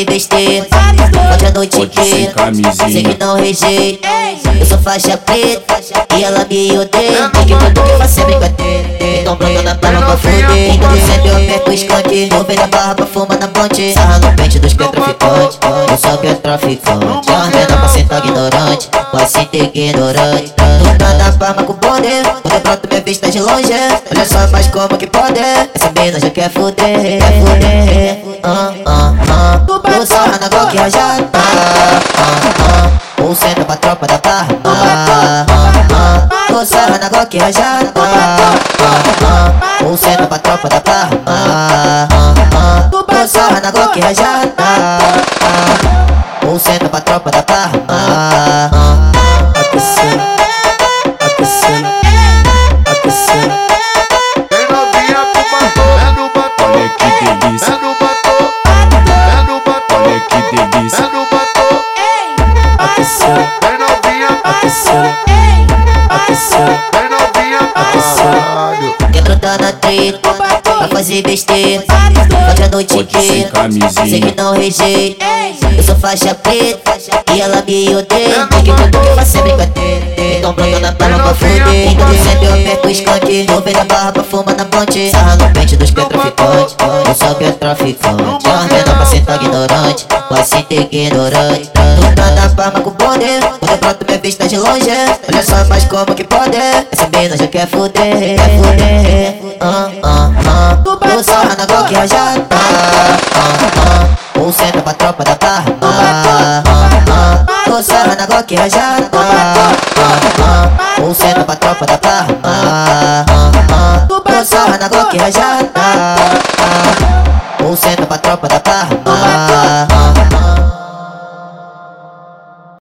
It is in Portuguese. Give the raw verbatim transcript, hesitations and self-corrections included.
fazer besteira, pode a noite inteira, sei que não rejeita. Eu sou faixa preta e ela me odeia, porque meu nome vai ser brincadeira. Então pronto na palma pra fuder, quando sempre eu perco o escante, vou ver na barra pra fumar na ponte. Sarra no pente dos que é traficante, eu sou que é traficante. Armena pra sentar ignorante, vai se ter ignorante. Tu tá na palma com poder, quando é pronto minha vista de longe. Olha só, mas como que pode? Essa mina já quer fuder, quer fuder. Ah, ah, ah. Tu sarra na Glock rajada, ah, ah, ah. Ou senta pra tropa da barra, ah, ah, ah. Tu sarra na Glock rajada, ah, ah, ah. Ou senta pra tropa da barra, ah, ah, ah. Tu sarra na Glock rajada, ah, ah. Ou senta pra tropa da barra, ah, ah. Aquecendo, aquecendo, aquecendo. Tem novinha pro batom, é no batom. Olha que delícia, É no batom, é no batom. olha que delícia. É no batom. Aquecendo, Tem novinha, aquecendo, aquecendo, tem novinha, aquecendo. Quer brotar na treta, pra fazer besteira, pode a noite Pode sem inteira, sei que camisinha. não rejeita. Eu sou faixa preta e ela me odeia, porque meu nome vai ser brincadeira. Então pronto na palma pra fuder, quando sempre eu perco o escante, vou ver na barra pra fumar na ponte. Sarra no pente dos que é traficante, eu sou que é traficante. Armena pra sentar ignorante, vai se ter ignorante. Tu tá na palma com poder, quando é pronto minha vista de longe. Olha só, mas como que pode? Essa mina já quer fuder, quer fuder. Ah, ah, ah. Tu sarra na Glock rajada, ah, ah, ah. Ou senta pra tropa da barra, ah, ah, ah. Tu sarra na Glock rajada, ah, ah, ah. Ou senta pra tropa da barra, ah, ah, ah. Tu sarra na Glock rajada, ah, ah. Ou senta pra tropa da